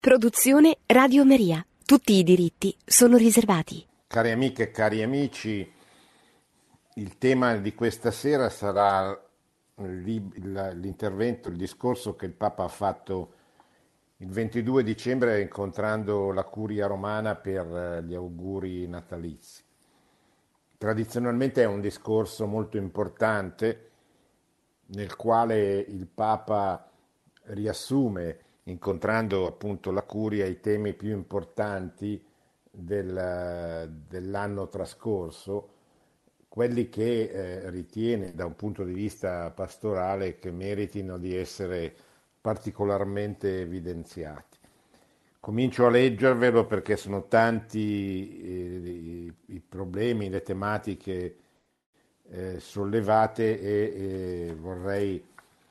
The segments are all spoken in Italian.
Produzione Radio Maria. Tutti i diritti sono riservati. Cari amiche e cari amici, il tema di questa sera sarà l'intervento, il discorso che il Papa ha fatto il 22 dicembre incontrando la Curia Romana per gli auguri natalizi. Tradizionalmente è un discorso molto importante nel quale il Papa riassume, incontrando appunto la Curia, i temi più importanti dell'anno trascorso, quelli che ritiene da un punto di vista pastorale che meritino di essere particolarmente evidenziati. Comincio a leggervelo perché sono tanti i problemi, le tematiche sollevate e vorrei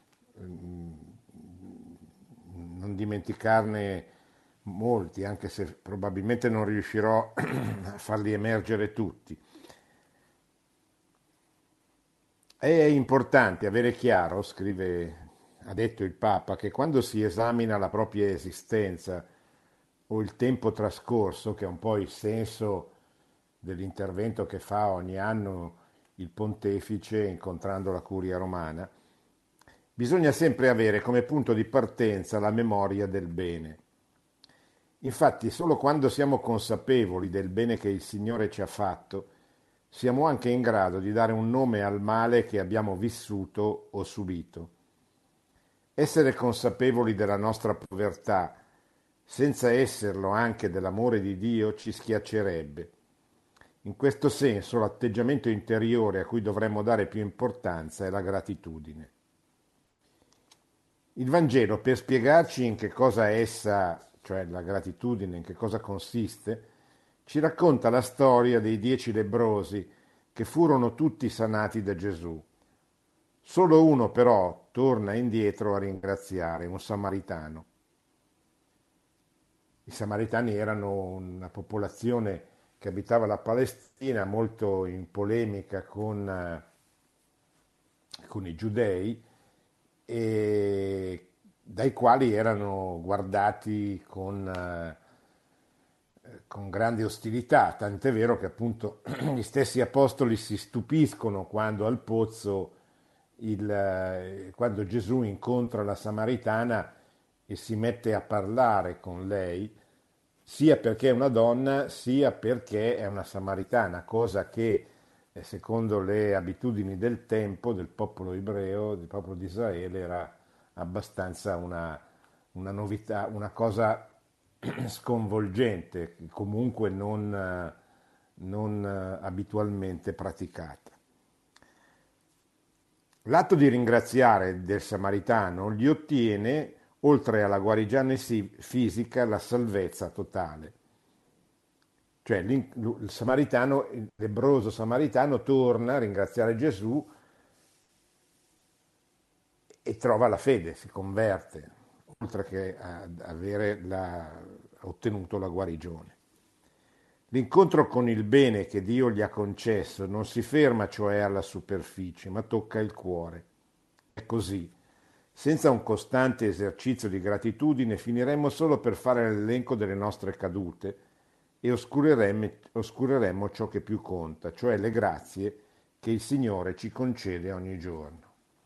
non dimenticarne molti, anche se probabilmente non riuscirò a farli emergere tutti. È importante avere chiaro, ha detto il Papa, che quando si esamina la propria esistenza o il tempo trascorso, che è un po' il senso dell'intervento che fa ogni anno il pontefice incontrando la Curia Romana, bisogna sempre avere come punto di partenza la memoria del bene. Infatti, solo quando siamo consapevoli del bene che il Signore ci ha fatto, siamo anche in grado di dare un nome al male che abbiamo vissuto o subito. Essere consapevoli della nostra povertà, senza esserlo anche dell'amore di Dio, ci schiaccerebbe. In questo senso, l'atteggiamento interiore a cui dovremmo dare più importanza è la gratitudine. Il Vangelo, per spiegarci in che cosa essa, cioè la gratitudine, in che cosa consiste, ci racconta la storia dei 10 lebbrosi che furono tutti sanati da Gesù. Solo uno però torna indietro a ringraziare, un samaritano. I samaritani erano una popolazione che abitava la Palestina, molto in polemica con i giudei, e dai quali erano guardati con grande ostilità, tant'è vero che appunto gli stessi apostoli si stupiscono quando al pozzo, quando Gesù incontra la Samaritana e si mette a parlare con lei, sia perché è una donna, sia perché è una samaritana, cosa che secondo le abitudini del tempo, del popolo ebreo, del popolo di Israele, era abbastanza una novità, una cosa sconvolgente, comunque non abitualmente praticata. L'atto di ringraziare del samaritano gli ottiene, oltre alla guarigione fisica, la salvezza totale. Cioè il lebbroso samaritano torna a ringraziare Gesù e trova la fede, si converte, oltre che ad avere ottenuto la guarigione. L'incontro con il bene che Dio gli ha concesso non si ferma cioè alla superficie, ma tocca il cuore. È così. Senza un costante esercizio di gratitudine finiremmo solo per fare l'elenco delle nostre cadute e oscureremmo ciò che più conta, cioè le grazie che il Signore ci concede ogni giorno.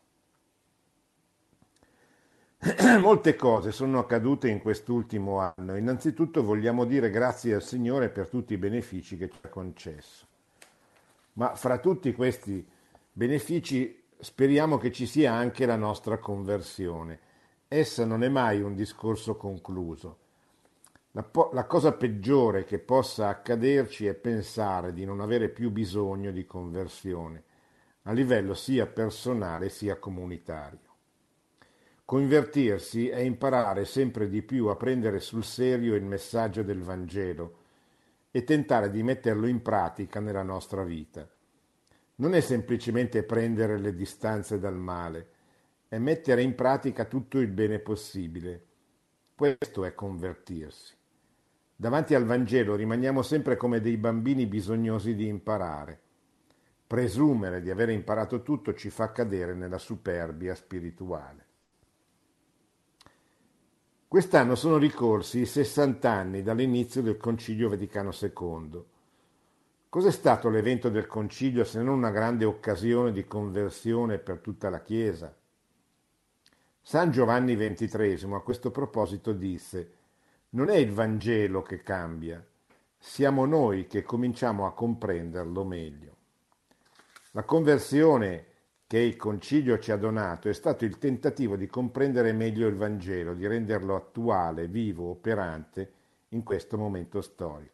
Molte cose sono accadute in quest'ultimo anno. Innanzitutto vogliamo dire grazie al Signore per tutti i benefici che ci ha concesso. Ma fra tutti questi benefici speriamo che ci sia anche la nostra conversione. Essa non è mai un discorso concluso. La cosa peggiore che possa accaderci è pensare di non avere più bisogno di conversione, a livello sia personale sia comunitario. Convertirsi è imparare sempre di più a prendere sul serio il messaggio del Vangelo e tentare di metterlo in pratica nella nostra vita. Non è semplicemente prendere le distanze dal male, è mettere in pratica tutto il bene possibile. Questo è convertirsi. Davanti al Vangelo rimaniamo sempre come dei bambini bisognosi di imparare. Presumere di aver imparato tutto ci fa cadere nella superbia spirituale. Quest'anno sono ricorsi i 60 anni dall'inizio del Concilio Vaticano II. Cos'è stato l'evento del Concilio se non una grande occasione di conversione per tutta la Chiesa? San Giovanni XXIII a questo proposito disse: non è il Vangelo che cambia, siamo noi che cominciamo a comprenderlo meglio. La conversione che il Concilio ci ha donato è stato il tentativo di comprendere meglio il Vangelo, di renderlo attuale, vivo, operante in questo momento storico.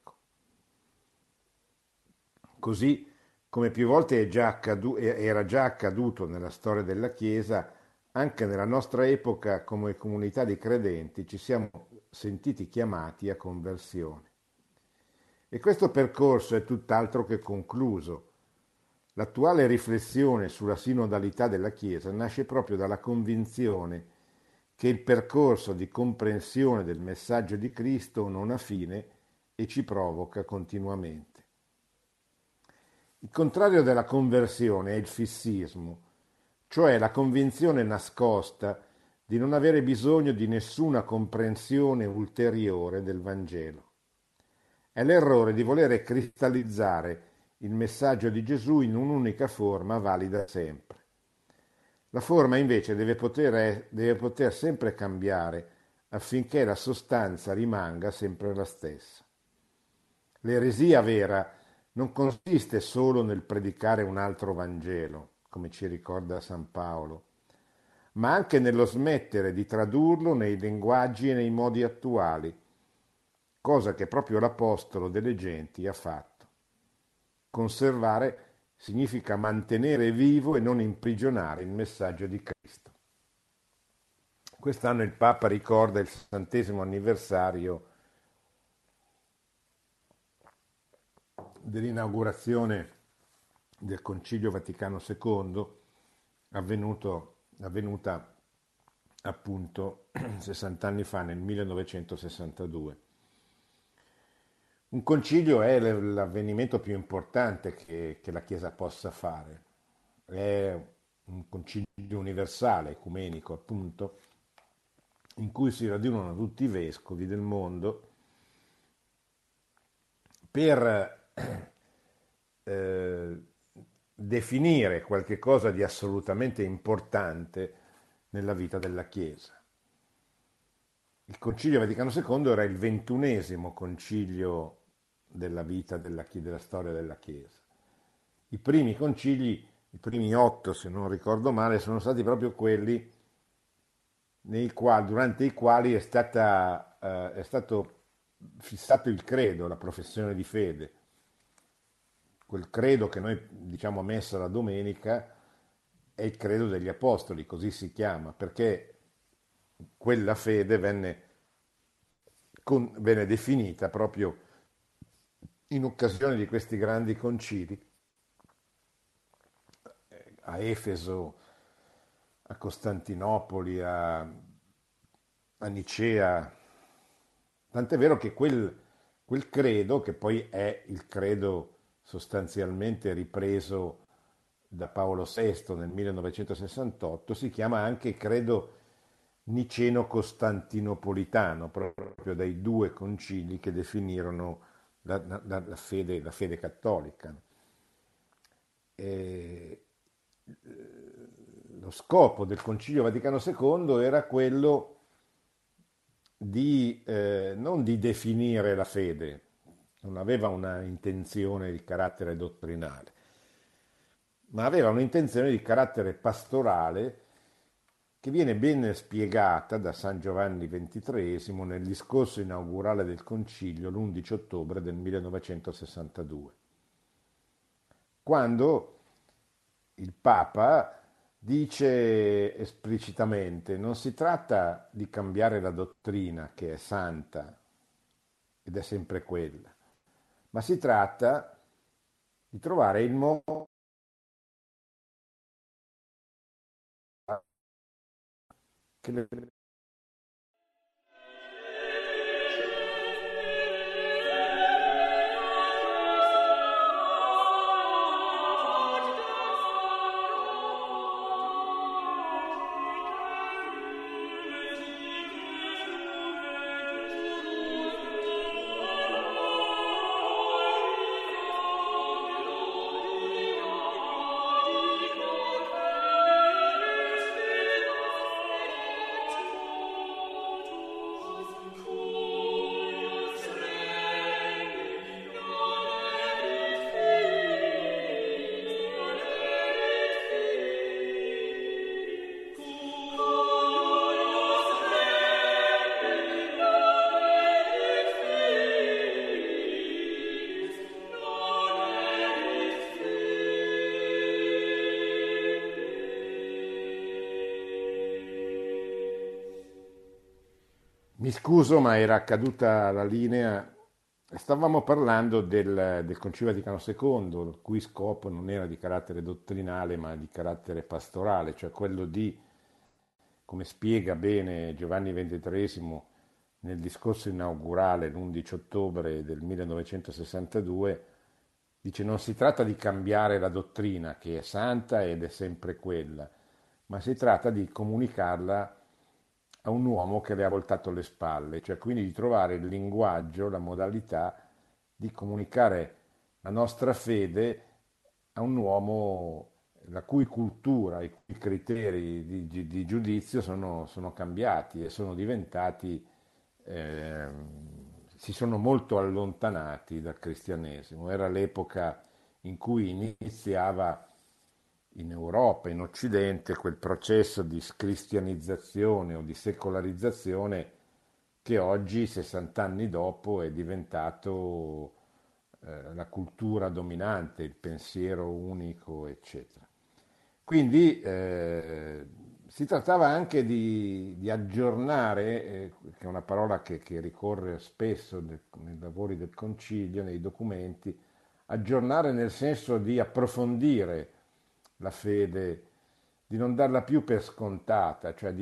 Così come più volte era già accaduto nella storia della Chiesa, anche nella nostra epoca come comunità di credenti ci siamo sentiti chiamati a conversione. E questo percorso è tutt'altro che concluso. L'attuale riflessione sulla sinodalità della Chiesa nasce proprio dalla convinzione che il percorso di comprensione del messaggio di Cristo non ha fine e ci provoca continuamente. Il contrario della conversione è il fissismo, cioè la convinzione nascosta di non avere bisogno di nessuna comprensione ulteriore del Vangelo. È l'errore di volere cristallizzare il messaggio di Gesù in un'unica forma valida sempre. La forma invece deve poter sempre cambiare affinché la sostanza rimanga sempre la stessa. L'eresia vera non consiste solo nel predicare un altro Vangelo, come ci ricorda San Paolo, ma anche nello smettere di tradurlo nei linguaggi e nei modi attuali, cosa che proprio l'Apostolo delle Genti ha fatto. Conservare significa mantenere vivo e non imprigionare il messaggio di Cristo. Quest'anno il Papa ricorda il 60° anniversario dell'inaugurazione del Concilio Vaticano II, avvenuta appunto 60 anni fa, nel 1962. Un concilio è l'avvenimento più importante che la Chiesa possa fare. È un concilio universale, ecumenico, appunto, in cui si radunano tutti i vescovi del mondo per definire qualche cosa di assolutamente importante nella vita della Chiesa. Il Concilio Vaticano II era il 21° concilio della vita della storia della Chiesa. I primi concili, i primi 8 se non ricordo male, sono stati proprio quelli durante i quali è stato fissato il credo, la professione di fede. Quel credo che noi diciamo a messa la domenica è il credo degli apostoli, così si chiama, perché quella fede venne definita proprio in occasione di questi grandi concili, a Efeso, a Costantinopoli, a Nicea. Tant'è vero che quel credo, che poi è il credo sostanzialmente ripreso da Paolo VI nel 1968, si chiama anche credo niceno-costantinopolitano, proprio dai due concili che definirono la fede cattolica. E lo scopo del Concilio Vaticano II era quello non di definire la fede, non aveva una intenzione di carattere dottrinale, ma aveva un'intenzione di carattere pastorale che viene ben spiegata da San Giovanni XXIII nel discorso inaugurale del Concilio l'11 ottobre del 1962, quando il Papa dice esplicitamente: non si tratta di cambiare la dottrina, che è santa ed è sempre quella, ma si tratta di trovare il modo che le Mi scuso, ma era caduta la linea. Stavamo parlando del Concilio Vaticano II, il cui scopo non era di carattere dottrinale, ma di carattere pastorale, cioè quello di, come spiega bene Giovanni XXIII nel discorso inaugurale l'11 ottobre del 1962, dice non si tratta di cambiare la dottrina, che è santa ed è sempre quella, ma si tratta di comunicarla a un uomo che le ha voltato le spalle, cioè quindi di trovare il linguaggio, la modalità di comunicare la nostra fede a un uomo la cui cultura, i cui criteri di giudizio sono cambiati e sono diventati, si sono molto allontanati dal cristianesimo. Era l'epoca in cui iniziava in Europa, in Occidente, quel processo di scristianizzazione o di secolarizzazione che oggi, 60 anni dopo, è diventato la cultura dominante, il pensiero unico, eccetera. Quindi si trattava anche di aggiornare, che è una parola che ricorre spesso nei lavori del Concilio, nei documenti, aggiornare nel senso di approfondire la fede, di non darla più per scontata, cioè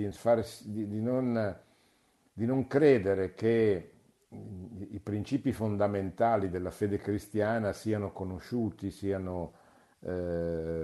di non credere che i principi fondamentali della fede cristiana siano conosciuti, siano eh,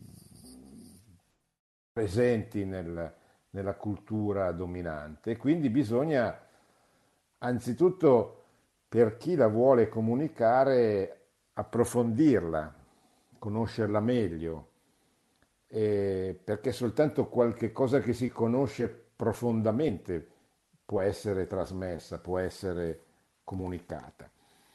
presenti nella cultura dominante. E quindi bisogna, anzitutto, per chi la vuole comunicare, approfondirla, conoscerla meglio, perché soltanto qualche cosa che si conosce profondamente può essere trasmessa, può essere comunicata.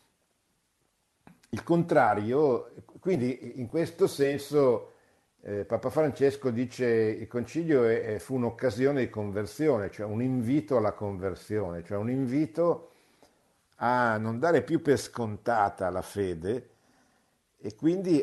Il contrario, quindi in questo senso Papa Francesco dice il concilio fu un'occasione di conversione, cioè un invito alla conversione, cioè un invito a non dare più per scontata la fede e quindi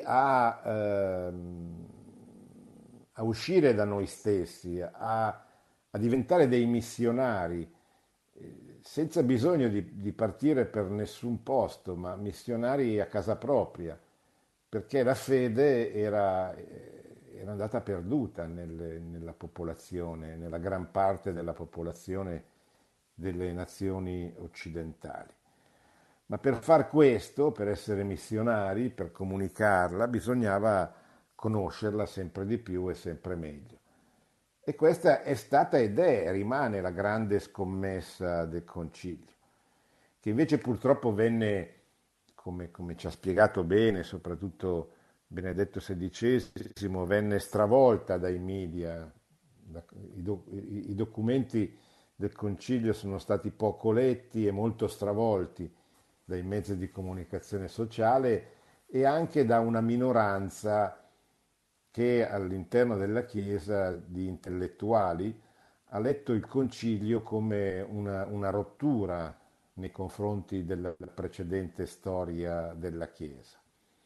a uscire da noi stessi, a diventare dei missionari, senza bisogno di partire per nessun posto, ma missionari a casa propria, perché la fede era andata perduta nella popolazione, nella gran parte della popolazione delle nazioni occidentali. Ma per far questo, per essere missionari, per comunicarla, bisognava conoscerla sempre di più e sempre meglio. E questa è stata ed è, rimane la grande scommessa del Concilio, che invece purtroppo venne, come ci ha spiegato bene, soprattutto Benedetto XVI, venne stravolta dai media. I documenti del Concilio sono stati poco letti e molto stravolti dai mezzi di comunicazione sociale e anche da una minoranza che all'interno della Chiesa di intellettuali ha letto il concilio come una rottura nei confronti della precedente storia della Chiesa,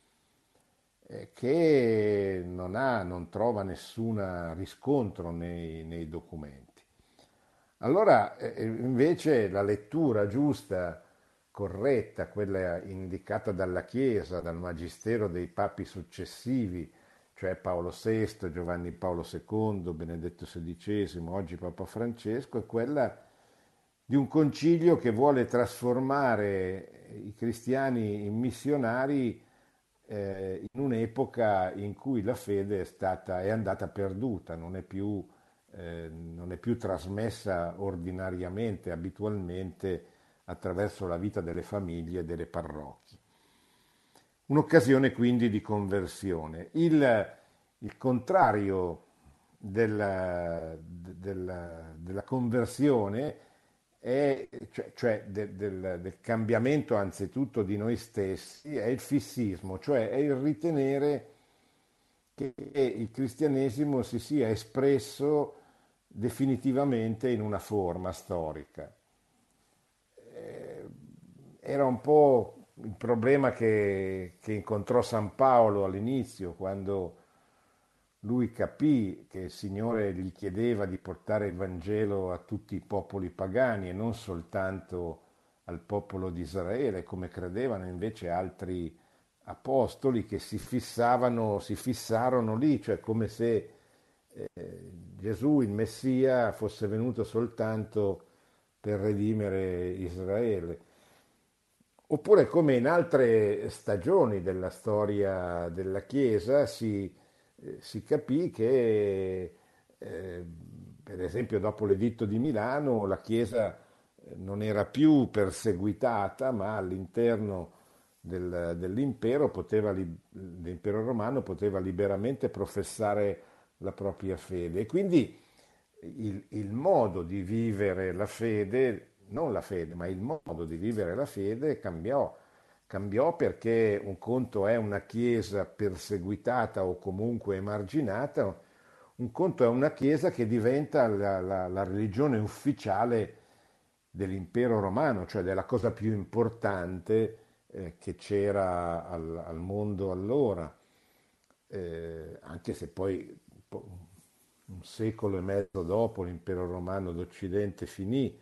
che non trova nessun riscontro nei documenti. Allora, invece, la lettura giusta, corretta, quella indicata dalla Chiesa, dal magistero dei papi successivi, cioè Paolo VI, Giovanni Paolo II, Benedetto XVI, oggi Papa Francesco, è quella di un concilio che vuole trasformare i cristiani in missionari in un'epoca in cui la fede è andata perduta, non è più trasmessa ordinariamente, abitualmente, attraverso la vita delle famiglie e delle parrocchie. Un'occasione quindi di conversione. Il contrario della conversione del cambiamento anzitutto di noi stessi, è il fissismo, cioè è il ritenere che il cristianesimo si sia espresso definitivamente in una forma storica. Era un po' il problema che incontrò San Paolo all'inizio, lui capì che il Signore gli chiedeva di portare il Vangelo a tutti i popoli pagani e non soltanto al popolo di Israele, come credevano invece altri apostoli che si fissarono lì, cioè come se Gesù, il Messia, fosse venuto soltanto per redimere Israele. Oppure come in altre stagioni della storia della Chiesa si capì che, eh, per esempio, dopo l'Editto di Milano, la Chiesa non era più perseguitata, ma all'interno dell'impero l'impero romano poteva liberamente professare la propria fede. E quindi il modo di vivere la fede, non la fede, ma il modo di vivere la fede cambiò. Cambiò perché un conto è una chiesa perseguitata o comunque emarginata, un conto è una chiesa che diventa la religione ufficiale dell'impero romano, cioè della cosa più importante che c'era al mondo allora. Anche se poi un secolo e mezzo dopo l'impero romano d'Occidente finì,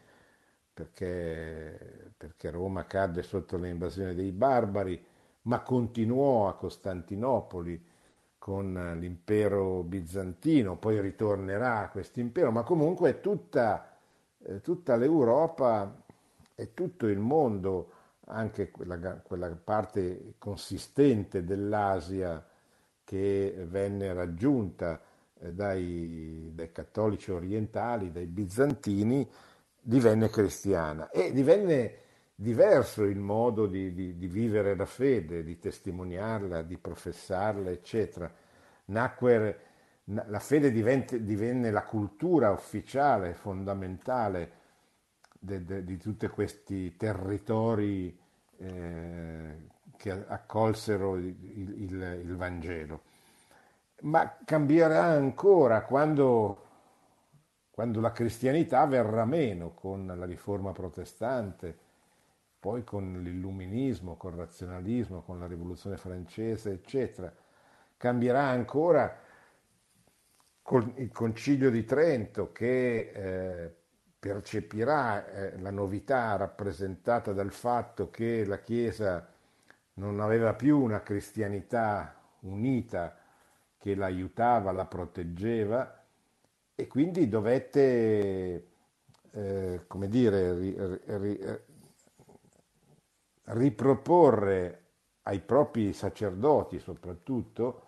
perché Roma cadde sotto l'invasione dei barbari, ma continuò a Costantinopoli con l'impero bizantino, poi ritornerà a questo impero, ma comunque tutta l'Europa e tutto il mondo, anche quella parte consistente dell'Asia che venne raggiunta dai cattolici orientali, dai bizantini, divenne cristiana e divenne diverso il modo di vivere la fede, di testimoniarla, di professarla, eccetera. Nacque, la fede divenne la cultura ufficiale, fondamentale di tutti questi territori che accolsero il Vangelo. Ma cambierà ancora quando la cristianità verrà meno con la riforma protestante, poi con l'illuminismo, col razionalismo, con la rivoluzione francese, eccetera. Cambierà ancora con il Concilio di Trento che percepirà la novità rappresentata dal fatto che la Chiesa non aveva più una cristianità unita che la aiutava, la proteggeva e quindi dovette, come dire, riproporre ai propri sacerdoti soprattutto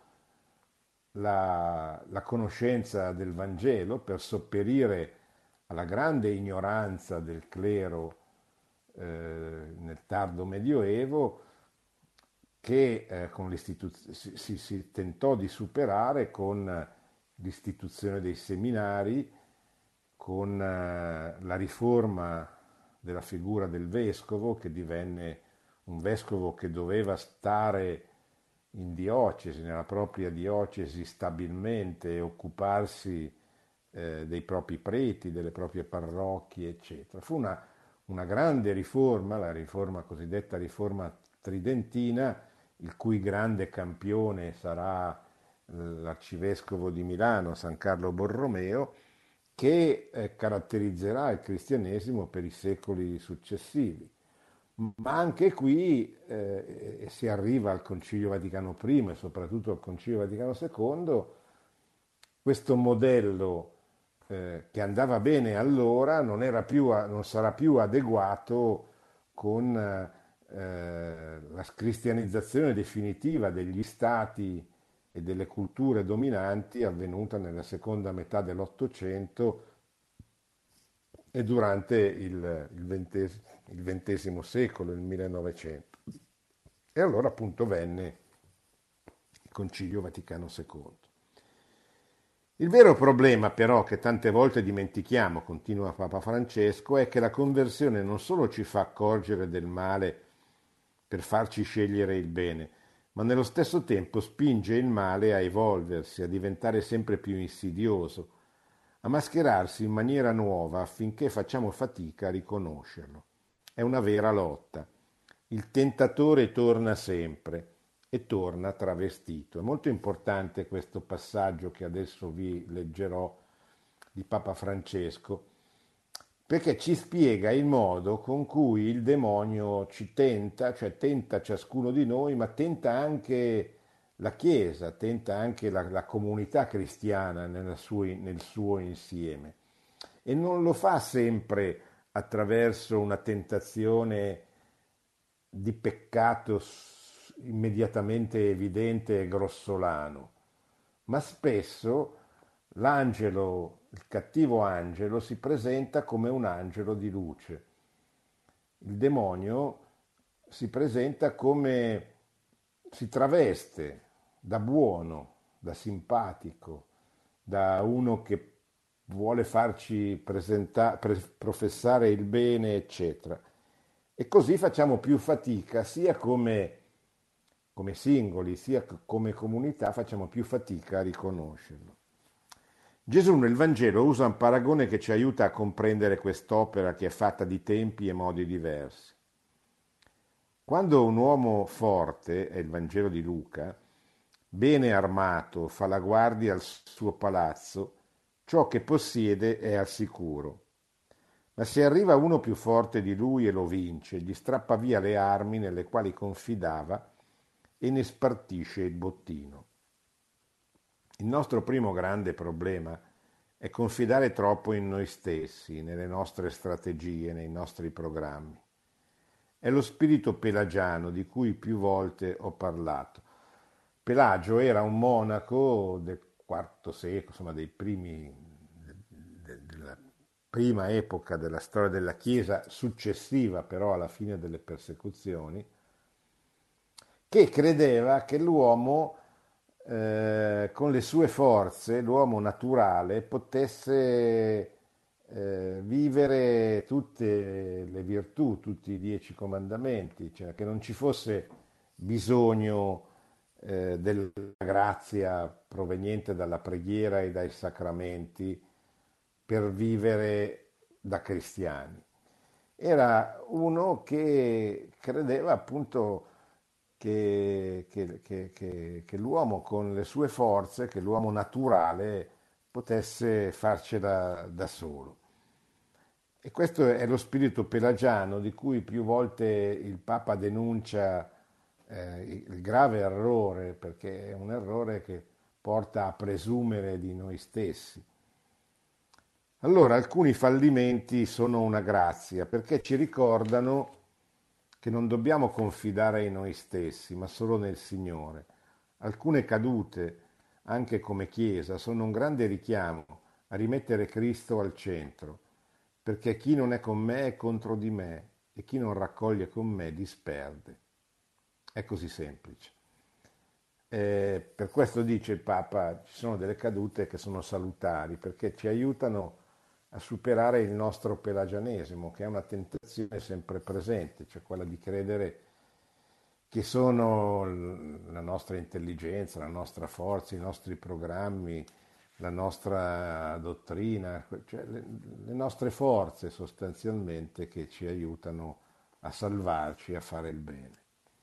la conoscenza del Vangelo per sopperire alla grande ignoranza del clero nel tardo Medioevo che si tentò di superare con l'istituzione dei seminari, con la riforma della figura del vescovo, che divenne un vescovo che doveva stare in diocesi, nella propria diocesi stabilmente e occuparsi dei propri preti, delle proprie parrocchie, eccetera. Fu una grande riforma, la riforma cosiddetta riforma tridentina, il cui grande campione sarà l'arcivescovo di Milano, San Carlo Borromeo, che caratterizzerà il cristianesimo per i secoli successivi. Ma anche qui si arriva al Concilio Vaticano I e soprattutto al Concilio Vaticano II, questo modello che andava bene allora non sarà più adeguato con la cristianizzazione definitiva degli stati e delle culture dominanti avvenuta nella seconda metà dell'Ottocento e durante il XX secolo, il 1900. E allora appunto venne il Concilio Vaticano II. Il vero problema però che tante volte dimentichiamo, continua Papa Francesco, è che la conversione non solo ci fa accorgere del male per farci scegliere il bene, ma nello stesso tempo spinge il male a evolversi, a diventare sempre più insidioso, a mascherarsi in maniera nuova affinché facciamo fatica a riconoscerlo. È una vera lotta. Il tentatore torna sempre, e torna travestito. È molto importante questo passaggio che adesso vi leggerò di Papa Francesco, perché ci spiega il modo con cui il demonio ci tenta, cioè tenta ciascuno di noi, ma tenta anche la Chiesa, tenta anche la comunità cristiana nel suo insieme. E non lo fa sempre attraverso una tentazione di peccato immediatamente evidente e grossolano, ma spesso l'angelo, il cattivo angelo, si presenta come un angelo di luce. Il demonio si presenta come si traveste da buono, da simpatico, da uno che vuole farci professare il bene, eccetera. E così facciamo più fatica, sia come singoli, sia come comunità, facciamo più fatica a riconoscerlo. Gesù nel Vangelo usa un paragone che ci aiuta a comprendere quest'opera che è fatta di tempi e modi diversi. Quando un uomo forte, è il Vangelo di Luca, bene armato, fa la guardia al suo palazzo, ciò che possiede è al sicuro. Ma se arriva uno più forte di lui e lo vince, gli strappa via le armi nelle quali confidava e ne spartisce il bottino. Il nostro primo grande problema è confidare troppo in noi stessi, nelle nostre strategie, nei nostri programmi. È lo spirito pelagiano di cui più volte ho parlato. Pelagio era un monaco del IV secolo, insomma dei primi, della prima epoca della storia della Chiesa, successiva però alla fine delle persecuzioni, che credeva che l'uomo con le sue forze, l'uomo naturale, potesse vivere tutte le virtù, tutti i 10 comandamenti, cioè che non ci fosse bisogno della grazia proveniente dalla preghiera e dai sacramenti per vivere da cristiani. Era uno che credeva appunto che l'uomo con le sue forze, che l'uomo naturale potesse farcela da solo. E questo è lo spirito pelagiano di cui più volte il Papa denuncia il grave errore, perché è un errore che porta a presumere di noi stessi. Allora, alcuni fallimenti sono una grazia perché ci ricordano che non dobbiamo confidare in noi stessi, ma solo nel Signore. Alcune cadute, anche come Chiesa, sono un grande richiamo a rimettere Cristo al centro, perché chi non è con me è contro di me e chi non raccoglie con me disperde. È così semplice. Per questo dice il Papa, ci sono delle cadute che sono salutari, perché ci aiutano a superare il nostro pelagianesimo, che è una tentazione sempre presente, cioè quella di credere che sono la nostra intelligenza, la nostra forza, i nostri programmi, la nostra dottrina, cioè le nostre forze sostanzialmente che ci aiutano a salvarci, a fare il bene.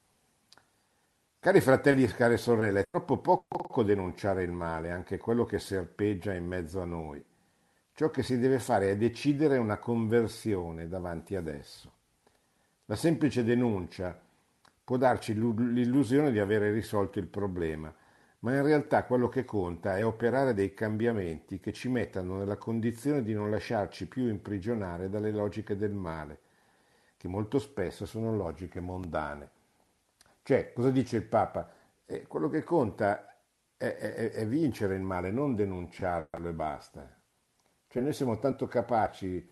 Cari fratelli e care sorelle, è troppo poco denunciare il male, anche quello che serpeggia in mezzo a noi. Ciò che si deve fare è decidere una conversione davanti ad esso. La semplice denuncia può darci l'illusione di avere risolto il problema, ma in realtà quello che conta è operare dei cambiamenti che ci mettano nella condizione di non lasciarci più imprigionare dalle logiche del male, che molto spesso sono logiche mondane. Cioè, cosa dice il Papa? Quello che conta è vincere il male, non denunciarlo e basta. Cioè noi siamo tanto capaci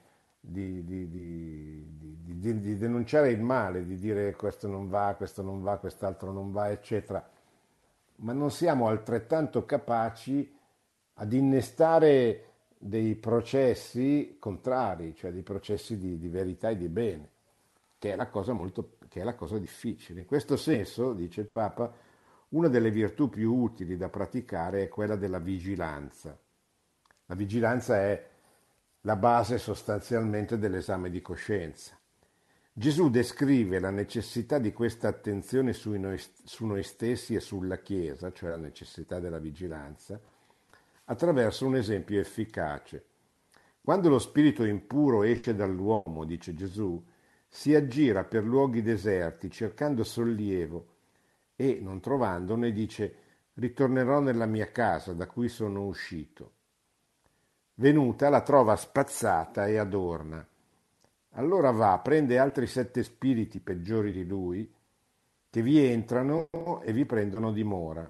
di denunciare il male, di dire questo non va, quest'altro non va, eccetera, ma non siamo altrettanto capaci ad innestare dei processi contrari, cioè dei processi di verità e di bene, che è la cosa che è la cosa difficile. In questo senso, dice il Papa, una delle virtù più utili da praticare è quella della vigilanza. La vigilanza è la base sostanzialmente dell'esame di coscienza. Gesù descrive la necessità di questa attenzione su noi stessi e sulla Chiesa, cioè la necessità della vigilanza, attraverso un esempio efficace. Quando lo spirito impuro esce dall'uomo, dice Gesù, si aggira per luoghi deserti cercando sollievo e, non trovandone, dice: ritornerò nella mia casa da cui sono uscito. Venuta la trova spazzata e adorna. Allora va, prende altri 7 spiriti peggiori di lui, che vi entrano e vi prendono dimora.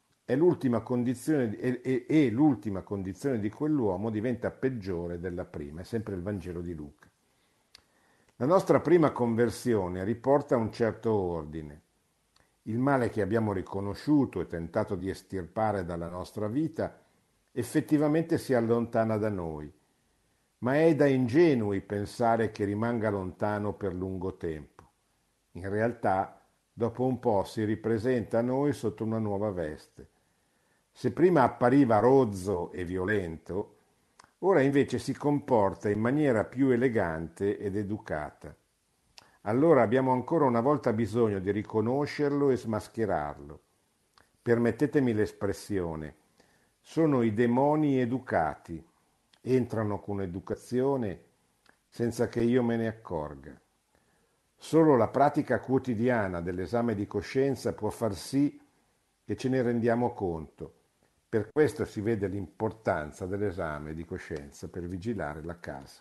E l'ultima condizione di quell'uomo diventa peggiore della prima. È sempre il Vangelo di Luca. La nostra prima conversione riporta un certo ordine. Il male che abbiamo riconosciuto e tentato di estirpare dalla nostra vita effettivamente si allontana da noi, ma è da ingenui pensare che rimanga lontano per lungo tempo. In realtà, dopo un po' si ripresenta a noi sotto una nuova veste. Se prima appariva rozzo e violento, ora invece si comporta in maniera più elegante ed educata. Allora abbiamo ancora una volta bisogno di riconoscerlo e smascherarlo. Permettetemi l'espressione, sono i demoni educati, entrano con educazione senza che io me ne accorga. Solo la pratica quotidiana dell'esame di coscienza può far sì che ce ne rendiamo conto. Per questo si vede l'importanza dell'esame di coscienza per vigilare la casa.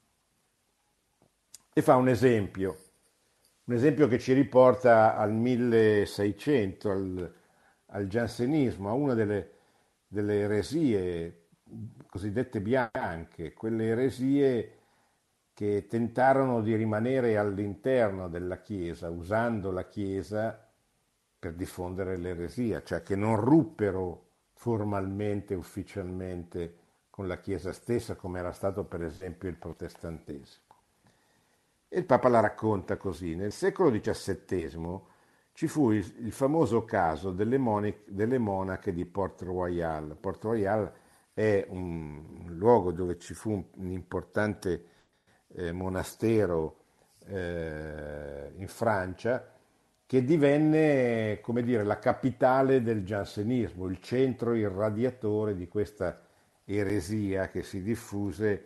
E fa un esempio che ci riporta al 1600, al giansenismo, a una delle eresie cosiddette bianche, quelle eresie che tentarono di rimanere all'interno della Chiesa, usando la Chiesa per diffondere l'eresia, cioè che non ruppero formalmente, ufficialmente con la Chiesa stessa, come era stato per esempio il protestantesimo. E il Papa la racconta così. Nel secolo XVII ci fu il famoso caso delle monache di Port Royal. Port Royal è un luogo dove ci fu un importante monastero in Francia che divenne, come dire, la capitale del giansenismo, il centro irradiatore di questa eresia che si diffuse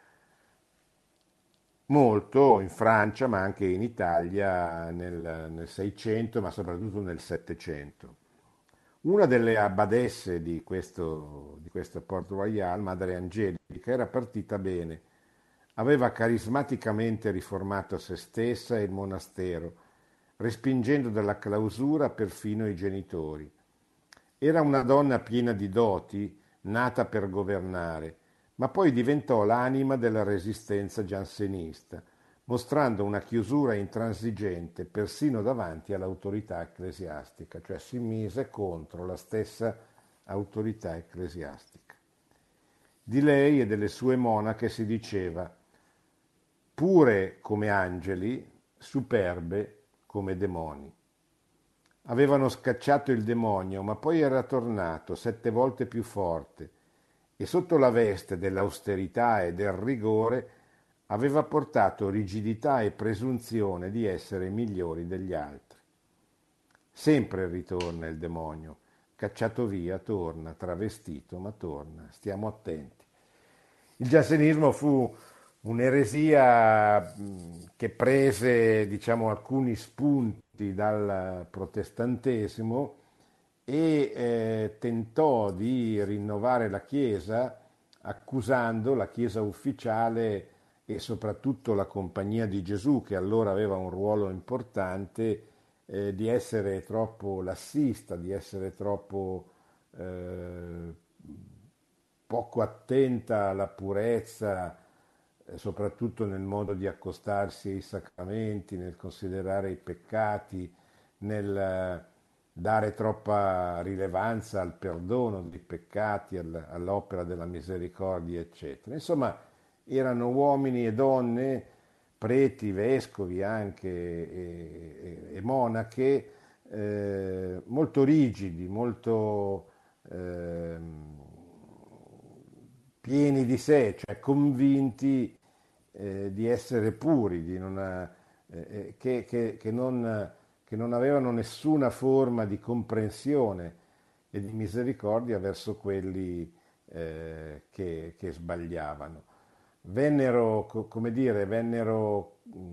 molto in Francia, ma anche in Italia nel 600, ma soprattutto nel 700. Una delle abbadesse di questo Port Royal, Madre Angelica, era partita bene. Aveva carismaticamente riformato se stessa e il monastero, respingendo dalla clausura perfino i genitori. Era una donna piena di doti, nata per governare, ma poi diventò l'anima della resistenza giansenista, mostrando una chiusura intransigente persino davanti all'autorità ecclesiastica, cioè si mise contro la stessa autorità ecclesiastica. Di lei e delle sue monache si diceva pure come angeli, superbe come demoni. Avevano scacciato il demonio, ma poi era tornato 7 volte più forte e sotto la veste dell'austerità e del rigore aveva portato rigidità e presunzione di essere migliori degli altri. Sempre ritorna il demonio, cacciato via, torna, travestito, ma torna, stiamo attenti. Il giansenismo fu un'eresia che prese, diciamo, alcuni spunti dal protestantesimo e tentò di rinnovare la Chiesa accusando la Chiesa ufficiale e soprattutto la Compagnia di Gesù, che allora aveva un ruolo importante, di essere troppo lassista, di essere troppo eh, poco attenta alla purezza, soprattutto nel modo di accostarsi ai sacramenti, nel considerare i peccati, nel dare troppa rilevanza al perdono dei peccati, all'opera della misericordia, eccetera. Insomma, erano uomini e donne, preti, vescovi anche e monache, molto rigidi, molto pieni di sé, cioè convinti di essere puri, che non avevano nessuna forma di comprensione e di misericordia verso quelli che sbagliavano. Come dire, vennero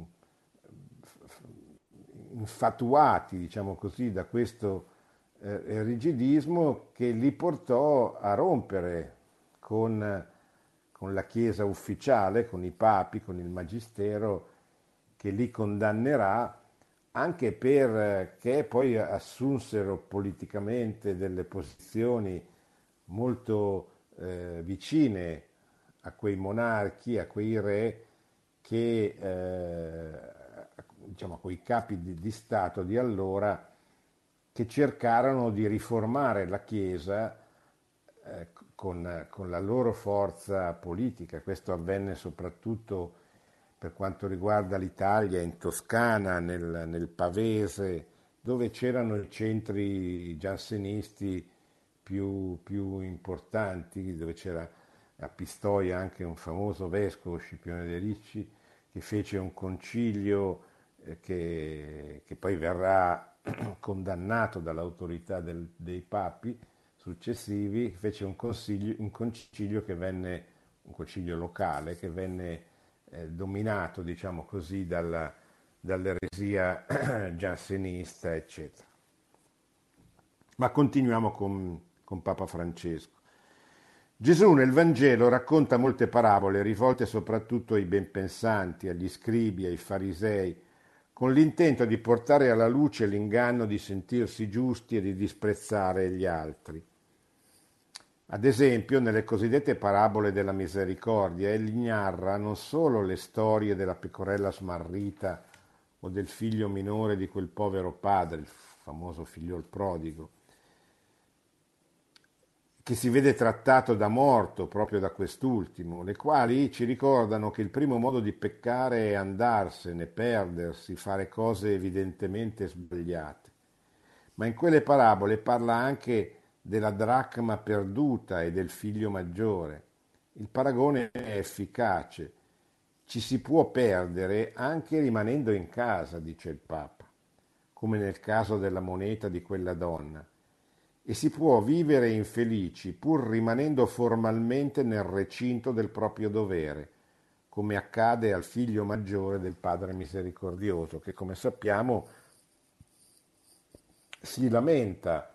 infatuati, diciamo così, da questo rigidismo che li portò a rompere con, con la Chiesa ufficiale, con i papi, con il magistero che li condannerà anche perché poi assunsero politicamente delle posizioni molto vicine a quei monarchi, a quei re che, diciamo, a quei capi di Stato di allora che cercarono di riformare la Chiesa con la loro forza politica. Questo avvenne soprattutto per quanto riguarda l'Italia, in Toscana, nel Pavese, dove c'erano i centri giansenisti più importanti, dove c'era a Pistoia anche un famoso vescovo, Scipione de Ricci, che fece un concilio che poi verrà condannato dall'autorità dei papi successivi, fece un concilio che venne, un concilio locale, che venne dominato, diciamo così, dall'eresia giansenista, eccetera. Ma continuiamo con Papa Francesco. Gesù nel Vangelo racconta molte parabole rivolte soprattutto ai benpensanti, agli scribi, ai farisei, con l'intento di portare alla luce l'inganno di sentirsi giusti e di disprezzare gli altri. Ad esempio, nelle cosiddette parabole della misericordia, egli narra non solo le storie della pecorella smarrita o del figlio minore di quel povero padre, il famoso figliol prodigo, che si vede trattato da morto proprio da quest'ultimo, le quali ci ricordano che il primo modo di peccare è andarsene, perdersi, fare cose evidentemente sbagliate. Ma in quelle parabole parla anche della dracma perduta e del figlio maggiore. Il paragone è efficace. Ci si può perdere anche rimanendo in casa, dice il Papa, come nel caso della moneta di quella donna, e si può vivere infelici pur rimanendo formalmente nel recinto del proprio dovere, come accade al figlio maggiore del Padre misericordioso, che come sappiamo si lamenta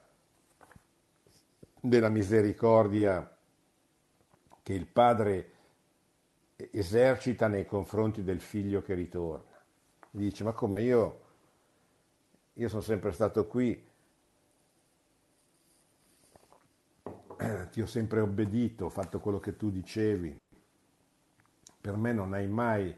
della misericordia che il padre esercita nei confronti del figlio che ritorna. Dice, ma come io sono sempre stato qui, ti ho sempre obbedito, ho fatto quello che tu dicevi, per me non hai mai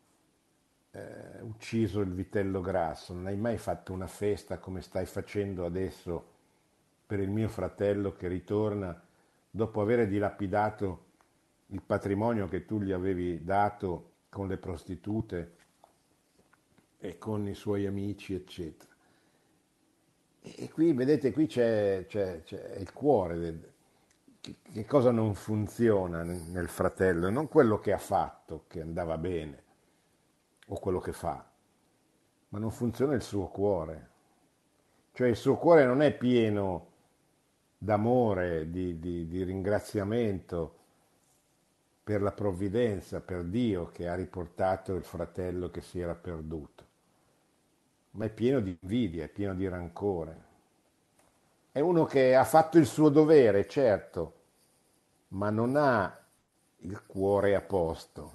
ucciso il vitello grasso, non hai mai fatto una festa come stai facendo adesso per il mio fratello che ritorna dopo aver dilapidato il patrimonio che tu gli avevi dato con le prostitute e con i suoi amici, eccetera. E qui, vedete, qui c'è il cuore, che cosa non funziona nel fratello, non quello che ha fatto, che andava bene, o quello che fa, ma non funziona il suo cuore. Cioè il suo cuore non è pieno d'amore, di ringraziamento per la provvidenza, per Dio che ha riportato il fratello che si era perduto, ma è pieno di invidia, è pieno di rancore. È uno che ha fatto il suo dovere, certo, ma non ha il cuore a posto.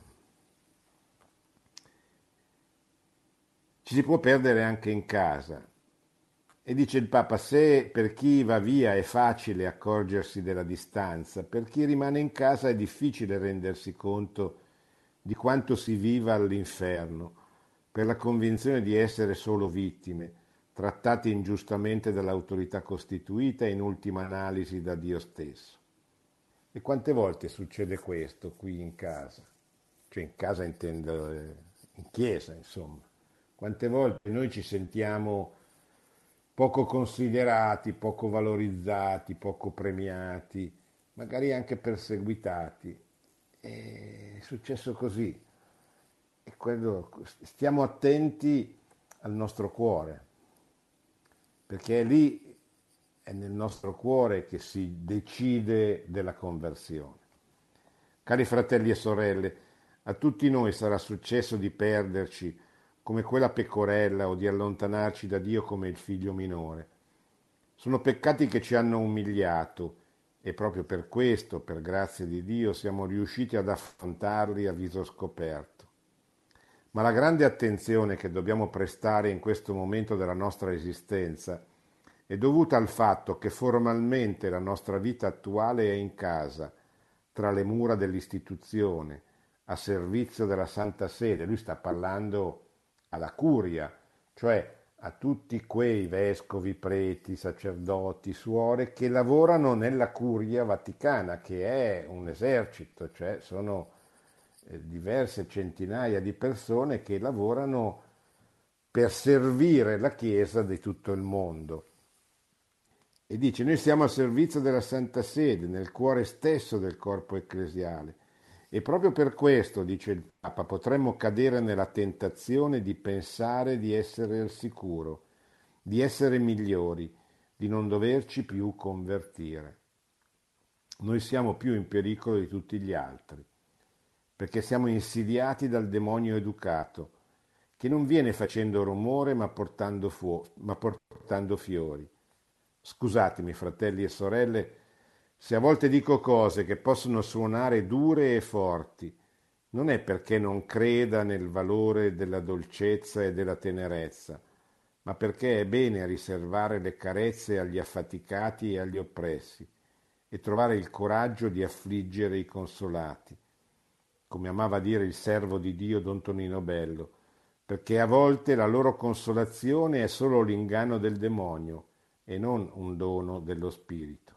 Ci si può perdere anche in casa. E dice il Papa, se per chi va via è facile accorgersi della distanza, per chi rimane in casa è difficile rendersi conto di quanto si viva all'inferno, per la convinzione di essere solo vittime, trattati ingiustamente dall'autorità costituita e in ultima analisi da Dio stesso. E quante volte succede questo qui in casa? Cioè in casa intendo in chiesa, insomma. Quante volte noi ci sentiamo poco considerati, poco valorizzati, poco premiati, magari anche perseguitati. È successo così. stiamo attenti al nostro cuore, perché è lì, è nel nostro cuore che si decide della conversione. Cari fratelli e sorelle, a tutti noi sarà successo di perderci come quella pecorella o di allontanarci da Dio come il figlio minore. Sono peccati che ci hanno umiliato e proprio per questo, per grazia di Dio, siamo riusciti ad affrontarli a viso scoperto. Ma la grande attenzione che dobbiamo prestare in questo momento della nostra esistenza è dovuta al fatto che formalmente la nostra vita attuale è in casa, tra le mura dell'istituzione, a servizio della Santa Sede. Lui sta parlando alla curia, cioè a tutti quei vescovi, preti, sacerdoti, suore che lavorano nella curia vaticana, che è un esercito, cioè sono diverse centinaia di persone che lavorano per servire la Chiesa di tutto il mondo. E dice, noi siamo al servizio della Santa Sede, nel cuore stesso del corpo ecclesiale. E proprio per questo, dice il Papa, potremmo cadere nella tentazione di pensare di essere al sicuro, di essere migliori, di non doverci più convertire. Noi siamo più in pericolo di tutti gli altri, perché siamo insidiati dal demonio educato, che non viene facendo rumore ma portando fiori. Scusatemi, fratelli e sorelle, se a volte dico cose che possono suonare dure e forti, non è perché non creda nel valore della dolcezza e della tenerezza, ma perché è bene riservare le carezze agli affaticati e agli oppressi e trovare il coraggio di affliggere i consolati, come amava dire il servo di Dio Don Tonino Bello, perché a volte la loro consolazione è solo l'inganno del demonio e non un dono dello Spirito.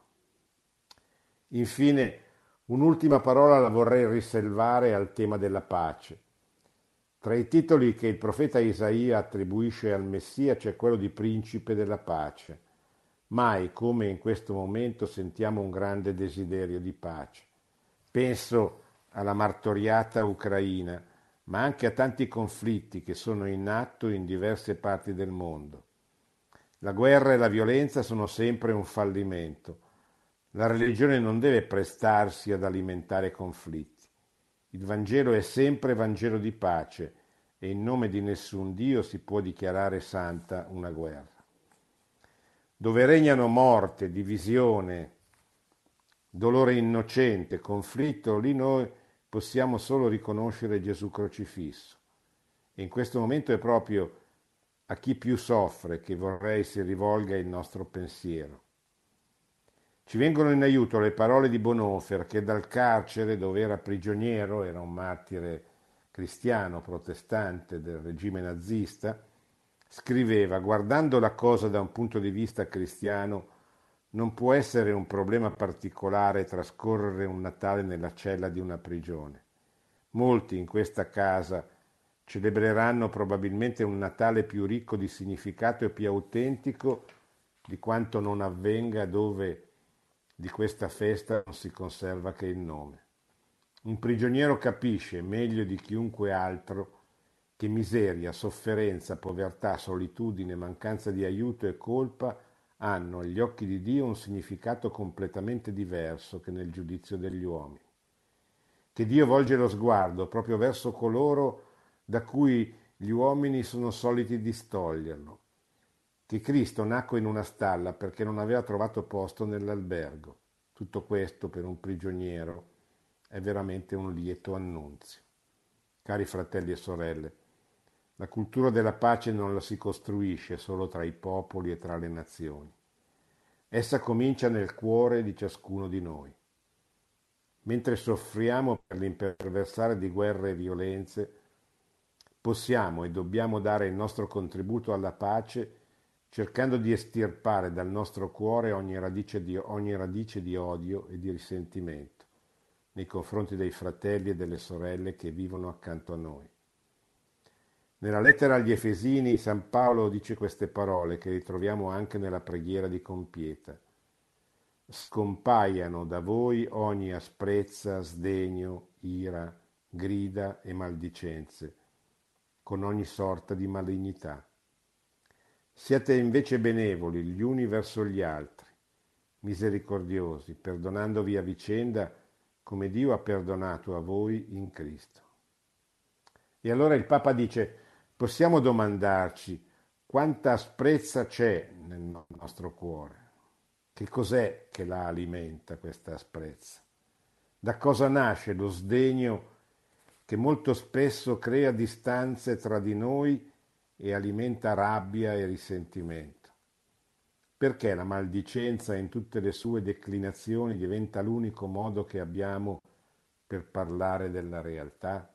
Infine, un'ultima parola la vorrei riservare al tema della pace. Tra i titoli che il profeta Isaia attribuisce al Messia c'è quello di principe della pace. Mai come in questo momento sentiamo un grande desiderio di pace. Penso alla martoriata Ucraina, ma anche a tanti conflitti che sono in atto in diverse parti del mondo. La guerra e la violenza sono sempre un fallimento. La religione non deve prestarsi ad alimentare conflitti. Il Vangelo è sempre Vangelo di pace e in nome di nessun Dio si può dichiarare santa una guerra. Dove regnano morte, divisione, dolore innocente, conflitto, lì noi possiamo solo riconoscere Gesù crocifisso. E in questo momento è proprio a chi più soffre che vorrei si rivolga il nostro pensiero. Ci vengono in aiuto le parole di Bonhoeffer che dal carcere dove era prigioniero, era un martire cristiano protestante del regime nazista, scriveva: guardando la cosa da un punto di vista cristiano non può essere un problema particolare trascorrere un Natale nella cella di una prigione. Molti in questa casa celebreranno probabilmente un Natale più ricco di significato e più autentico di quanto non avvenga dove di questa festa non si conserva che il nome. Un prigioniero capisce meglio di chiunque altro che miseria, sofferenza, povertà, solitudine, mancanza di aiuto e colpa hanno agli occhi di Dio un significato completamente diverso che nel giudizio degli uomini. Che Dio volge lo sguardo proprio verso coloro da cui gli uomini sono soliti distoglierlo. Che Cristo nacque in una stalla perché non aveva trovato posto nell'albergo. Tutto questo per un prigioniero è veramente un lieto annunzio. Cari fratelli e sorelle, la cultura della pace non la si costruisce solo tra i popoli e tra le nazioni. Essa comincia nel cuore di ciascuno di noi. Mentre soffriamo per l'imperversare di guerre e violenze, possiamo e dobbiamo dare il nostro contributo alla pace cercando di estirpare dal nostro cuore ogni radice di odio e di risentimento nei confronti dei fratelli e delle sorelle che vivono accanto a noi. Nella lettera agli Efesini San Paolo dice queste parole che ritroviamo anche nella preghiera di Compieta. Scompaiano da voi ogni asprezza, sdegno, ira, grida e maldicenze. con ogni sorta di malignità. Siate invece benevoli gli uni verso gli altri, misericordiosi, perdonandovi a vicenda come Dio ha perdonato a voi in Cristo. E allora il Papa dice, possiamo domandarci quanta asprezza c'è nel nostro cuore? Che cos'è che la alimenta questa asprezza? Da cosa nasce lo sdegno che molto spesso crea distanze tra di noi e alimenta rabbia e risentimento? Perché la maldicenza in tutte le sue declinazioni diventa l'unico modo che abbiamo per parlare della realtà?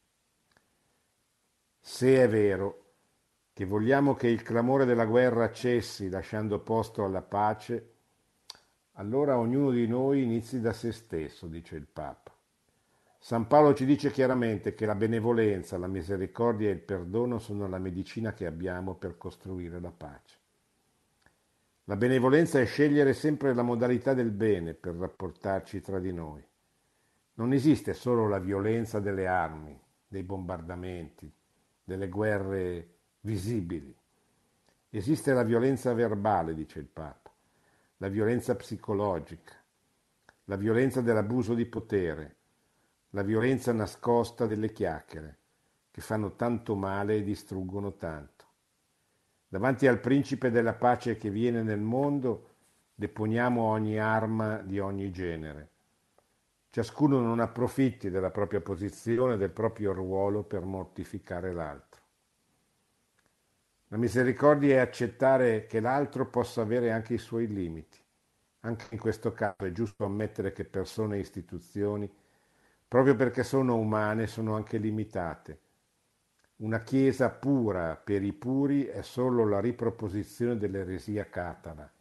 Se è vero che vogliamo che il clamore della guerra cessi lasciando posto alla pace, allora ognuno di noi inizi da se stesso, dice il Papa. San Paolo ci dice chiaramente che la benevolenza, la misericordia e il perdono sono la medicina che abbiamo per costruire la pace. La benevolenza è scegliere sempre la modalità del bene per rapportarci tra di noi. Non esiste solo la violenza delle armi, dei bombardamenti, delle guerre visibili. Esiste la violenza verbale, dice il Papa, la violenza psicologica, la violenza dell'abuso di potere, la violenza nascosta delle chiacchiere, che fanno tanto male e distruggono tanto. Davanti al principe della pace che viene nel mondo, deponiamo ogni arma di ogni genere. Ciascuno non approfitti della propria posizione, del proprio ruolo per mortificare l'altro. La misericordia è accettare che l'altro possa avere anche i suoi limiti. Anche in questo caso è giusto ammettere che persone e istituzioni, proprio perché sono umane, sono anche limitate. Una Chiesa pura per i puri è solo la riproposizione dell'eresia catara.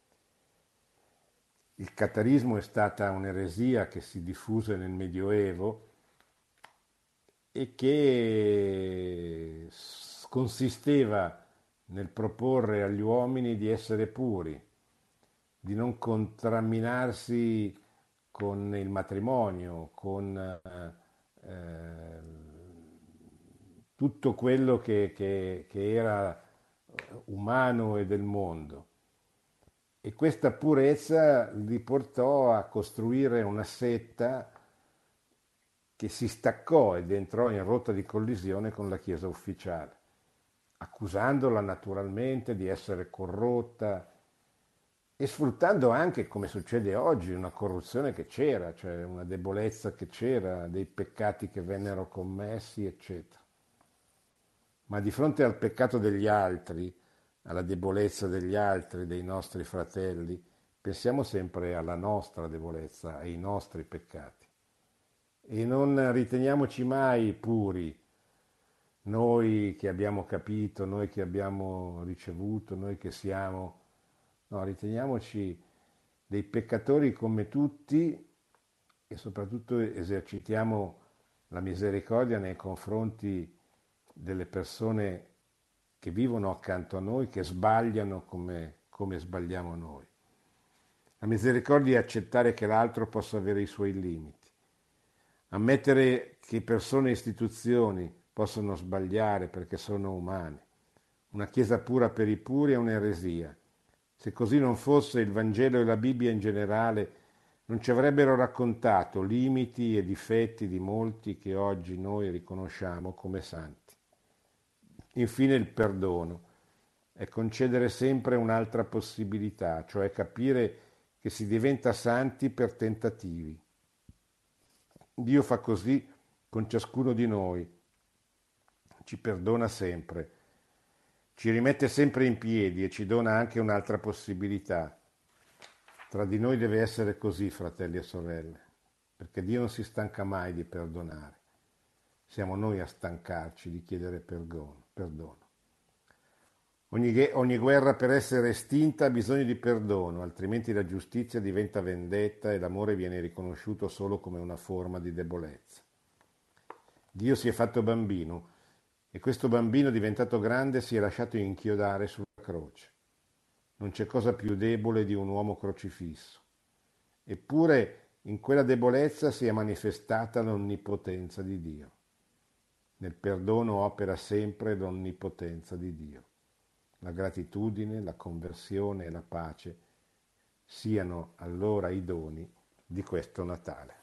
Il catarismo è stata un'eresia che si diffuse nel Medioevo e che consisteva nel proporre agli uomini di essere puri, di non contaminarsi con il matrimonio, con tutto quello che era umano e del mondo. E questa purezza li portò a costruire una setta che si staccò ed entrò in rotta di collisione con la Chiesa ufficiale, accusandola naturalmente di essere corrotta e sfruttando anche, come succede oggi, una corruzione che c'era, cioè una debolezza che c'era, dei peccati che vennero commessi, eccetera. Ma di fronte al peccato degli altri, alla debolezza degli altri, dei nostri fratelli, pensiamo sempre alla nostra debolezza, ai nostri peccati. E non riteniamoci mai puri, noi che abbiamo capito, noi che abbiamo ricevuto, noi che siamo, no, riteniamoci dei peccatori come tutti e soprattutto esercitiamo la misericordia nei confronti delle persone che vivono accanto a noi, che sbagliano come sbagliamo noi. La misericordia è accettare che l'altro possa avere i suoi limiti, ammettere che persone e istituzioni possono sbagliare perché sono umane. Una Chiesa pura per i puri è un'eresia. Se così non fosse, il Vangelo e la Bibbia in generale non ci avrebbero raccontato limiti e difetti di molti che oggi noi riconosciamo come santi. Infine il perdono è concedere sempre un'altra possibilità, cioè capire che si diventa santi per tentativi. Dio fa così con ciascuno di noi, ci perdona sempre, ci rimette sempre in piedi e ci dona anche un'altra possibilità. Tra di noi deve essere così, fratelli e sorelle, perché Dio non si stanca mai di perdonare. Siamo noi a stancarci di chiedere perdono. Ogni guerra per essere estinta ha bisogno di perdono, altrimenti la giustizia diventa vendetta e l'amore viene riconosciuto solo come una forma di debolezza. Dio si è fatto bambino e questo bambino diventato grande si è lasciato inchiodare sulla croce. Non c'è cosa più debole di un uomo crocifisso. Eppure in quella debolezza si è manifestata l'onnipotenza di Dio. Nel perdono opera sempre l'onnipotenza di Dio. La gratitudine, la conversione e la pace siano allora i doni di questo Natale.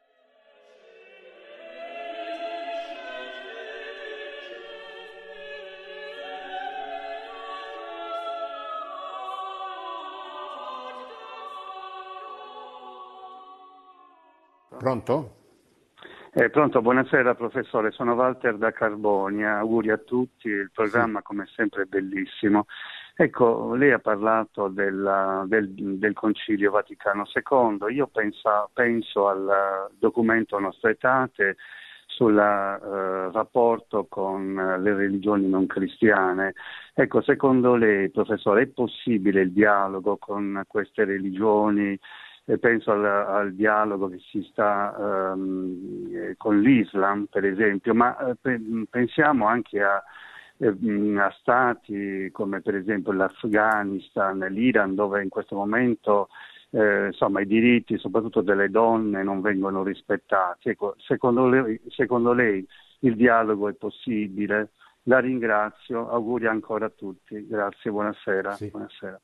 Pronto? Pronto, buonasera professore, sono Walter da Carbonia, auguri a tutti, il programma Sì. come sempre è bellissimo. Ecco, lei ha parlato del Concilio Vaticano II, io penso al documento Nostra Aetate sul rapporto con le religioni non cristiane. Ecco, secondo lei, professore, è possibile il dialogo con queste religioni? Penso al dialogo che si sta con l'Islam, per esempio, ma pensiamo anche a stati come per esempio l'Afghanistan, l'Iran, dove in questo momento insomma, i diritti soprattutto delle donne non vengono rispettati. Ecco, secondo lei il dialogo è possibile? La ringrazio, auguri ancora a tutti, grazie, buonasera. Sì. Buonasera.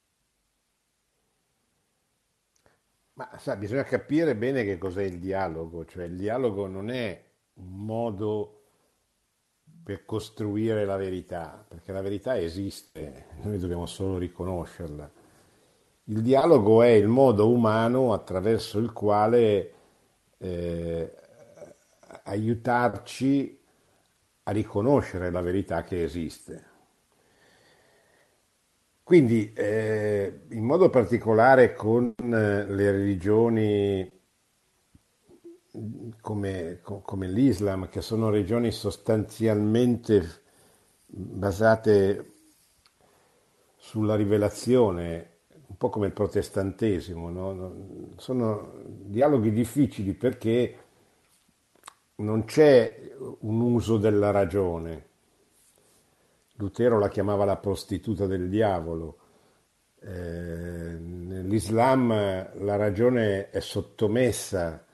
Ma sa, bisogna capire bene che cos'è il dialogo, cioè il dialogo non è un modo per costruire la verità, perché la verità esiste, noi dobbiamo solo riconoscerla. Il dialogo è il modo umano attraverso il quale eh, aiutarci a riconoscere la verità che esiste. Quindi, in modo particolare con le religioni come l'Islam, che sono regioni sostanzialmente basate sulla rivelazione, un po' come il protestantesimo, no? Sono dialoghi difficili perché non c'è un uso della ragione. Lutero la chiamava la prostituta del diavolo. Nell'Islam la ragione è sottomessa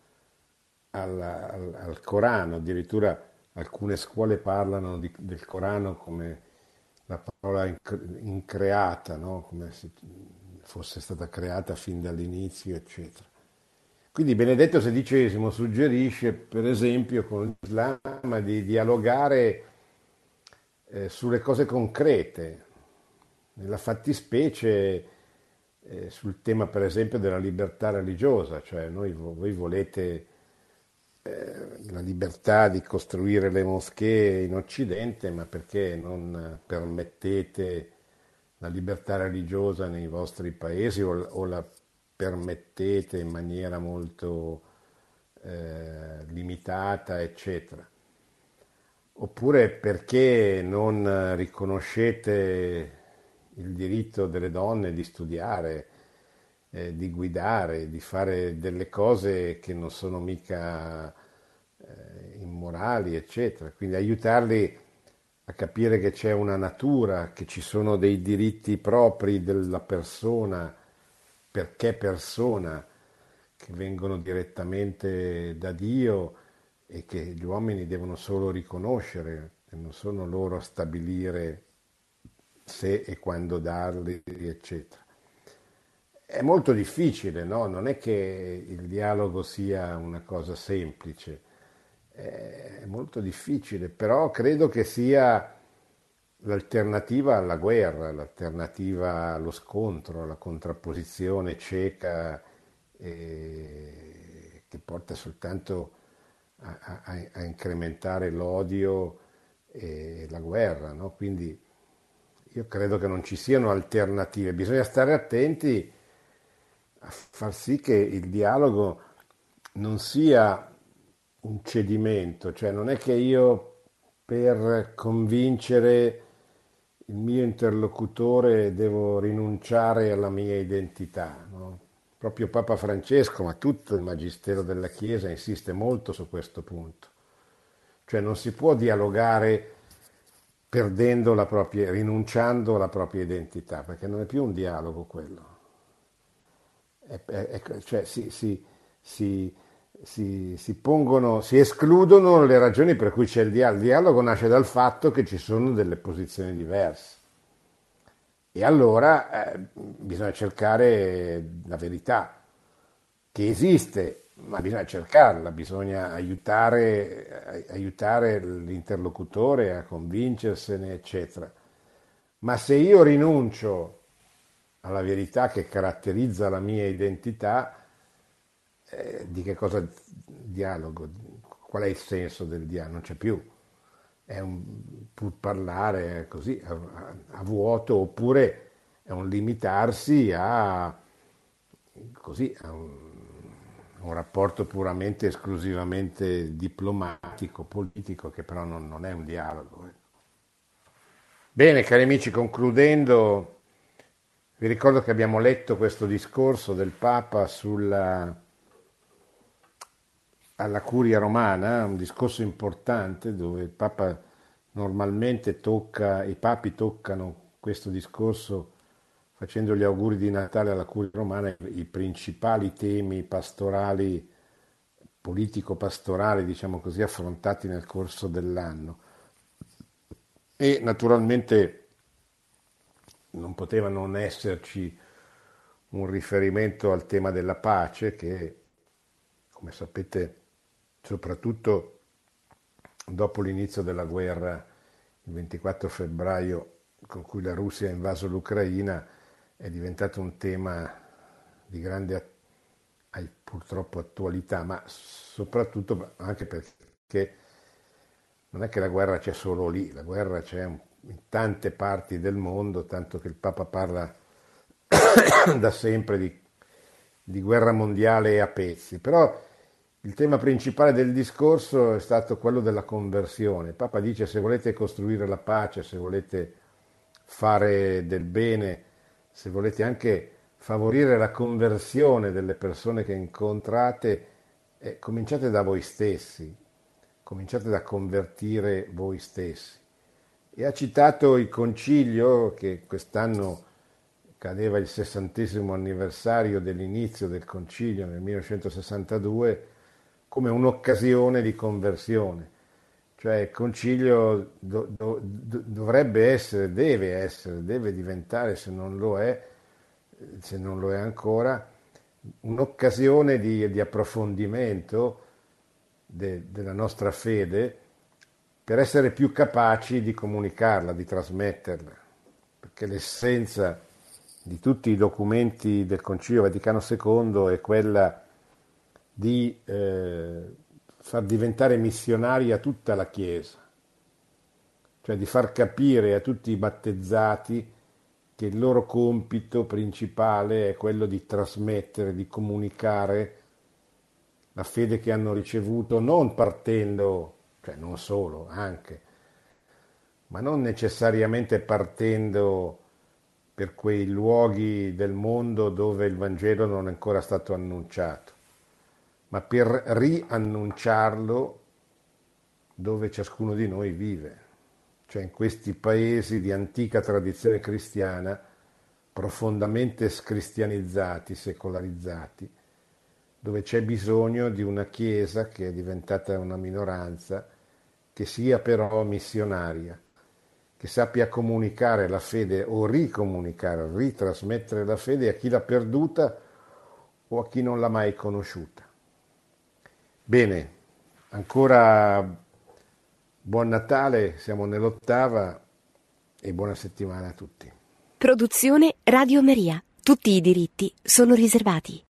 al Corano, addirittura alcune scuole parlano del Corano come la parola increata, no? Come se fosse stata creata fin dall'inizio, eccetera. Quindi Benedetto XVI suggerisce, per esempio, con l'Islam di dialogare sulle cose concrete, nella fattispecie sul tema, per esempio, della libertà religiosa, cioè voi volete la libertà di costruire le moschee in Occidente, ma perché non permettete la libertà religiosa nei vostri paesi o la permettete in maniera molto limitata, eccetera? Oppure perché non riconoscete il diritto delle donne di studiare, di guidare, di fare delle cose che non sono mica immorali, eccetera. Quindi aiutarli a capire che c'è una natura, che ci sono dei diritti propri della persona, perché persona, che vengono direttamente da Dio e che gli uomini devono solo riconoscere, e non sono loro a stabilire se e quando darli, eccetera. È molto difficile, no? Non è che il dialogo sia una cosa semplice, è molto difficile, però credo che sia l'alternativa alla guerra, l'alternativa allo scontro, alla contrapposizione cieca che porta soltanto a incrementare l'odio e la guerra, no? Quindi io credo che non ci siano alternative, bisogna stare attenti a far sì che il dialogo non sia un cedimento, cioè non è che io per convincere il mio interlocutore devo rinunciare alla mia identità, no? Proprio Papa Francesco, ma tutto il Magistero della Chiesa insiste molto su questo punto. Cioè non si può dialogare perdendo rinunciando alla propria identità, perché non è più un dialogo quello. Cioè, si si escludono le ragioni per cui c'è il dialogo. Il dialogo nasce dal fatto che ci sono delle posizioni diverse. E allora bisogna cercare la verità, che esiste, ma bisogna cercarla, bisogna aiutare l'interlocutore a convincersene, eccetera. Ma se io rinuncio alla verità che caratterizza la mia identità, di che cosa dialogo? Qual è il senso del dialogo? Non c'è più. È un pur parlare così a vuoto, oppure è un limitarsi così, a un rapporto puramente esclusivamente diplomatico, politico, che però non è un dialogo. Bene, cari amici, concludendo, vi ricordo che abbiamo letto questo discorso del Papa alla Curia Romana, un discorso importante dove il Papa normalmente i papi toccano questo discorso facendo gli auguri di Natale alla Curia Romana, i principali temi pastorali, politico-pastorali, diciamo così, affrontati nel corso dell'anno. E naturalmente non poteva non esserci un riferimento al tema della pace che, come sapete, soprattutto dopo l'inizio della guerra, il 24 febbraio, con cui la Russia ha invaso l'Ucraina, è diventato un tema di grande purtroppo attualità, ma soprattutto anche perché non è che la guerra c'è solo lì, la guerra c'è in tante parti del mondo, tanto che il Papa parla da sempre di guerra mondiale a pezzi. Però il tema principale del discorso è stato quello della conversione. Il Papa dice: se volete costruire la pace, se volete fare del bene, se volete anche favorire la conversione delle persone che incontrate, cominciate da voi stessi, cominciate da convertire voi stessi. E ha citato il concilio, che quest'anno cadeva il 60° anniversario dell'inizio del concilio nel 1962, come un'occasione di conversione. Cioè il concilio dovrebbe essere, deve diventare, se non lo è ancora, un'occasione di approfondimento della nostra fede, per essere più capaci di comunicarla, di trasmetterla, perché l'essenza di tutti i documenti del Concilio Vaticano II è quella di far diventare missionaria tutta la Chiesa, cioè di far capire a tutti i battezzati che il loro compito principale è quello di trasmettere, di comunicare la fede che hanno ricevuto, non partendo, cioè non solo, anche, ma non necessariamente partendo per quei luoghi del mondo dove il Vangelo non è ancora stato annunciato, ma per riannunciarlo dove ciascuno di noi vive, cioè in questi paesi di antica tradizione cristiana, profondamente scristianizzati, secolarizzati, dove c'è bisogno di una Chiesa che è diventata una minoranza, che sia però missionaria, che sappia comunicare la fede o ricomunicare, ritrasmettere la fede a chi l'ha perduta o a chi non l'ha mai conosciuta. Bene, ancora buon Natale, siamo nell'8ª e buona settimana a tutti. Produzione Radio Maria. Tutti i diritti sono riservati.